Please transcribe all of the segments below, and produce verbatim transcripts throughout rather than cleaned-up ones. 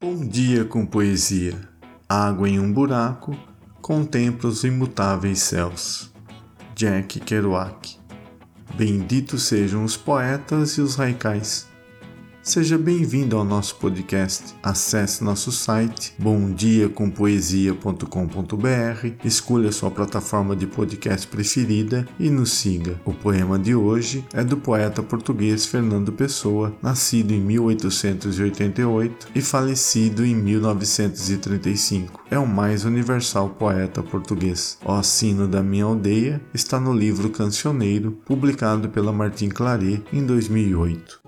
Bom dia com poesia, água em um buraco, contempla os imutáveis céus. Jack Kerouac. Benditos sejam os poetas e os haikais. Seja bem-vindo ao nosso podcast. Acesse nosso site bom dia com poesia ponto com ponto b r, escolha sua plataforma de podcast preferida e nos siga. O poema de hoje é do poeta português Fernando Pessoa, nascido em mil oitocentos e oitenta e oito e falecido em mil novecentos e trinta e cinco. É o mais universal poeta português. Ó Sino da Minha Aldeia está no livro Cancioneiro, publicado pela Martin Claret em dois mil e oito.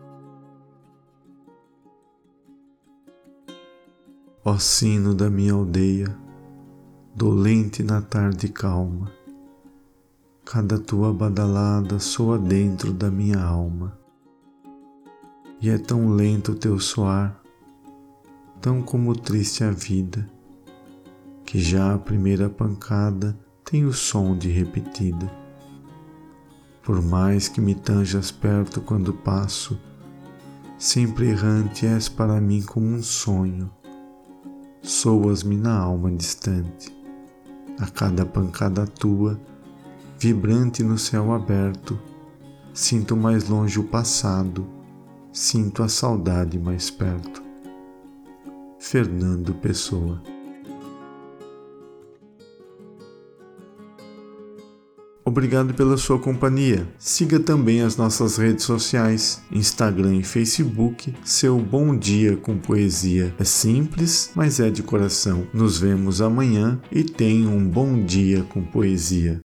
Ó sino da minha aldeia, dolente na tarde calma, cada tua badalada soa dentro da minha alma. E é tão lento o teu soar, tão como triste a vida, que já a primeira pancada tem o som de repetida. Por mais que me tanjas perto quando passo, sempre errante és para mim como um sonho. Soas-me na alma distante, a cada pancada tua, vibrante no céu aberto, sinto mais longe o passado, sinto a saudade mais perto. Fernando Pessoa. Obrigado pela sua companhia. Siga também as nossas redes sociais, Instagram e Facebook, seu Bom Dia com Poesia. É simples, mas é de coração. Nos vemos amanhã e tenha um bom dia com poesia.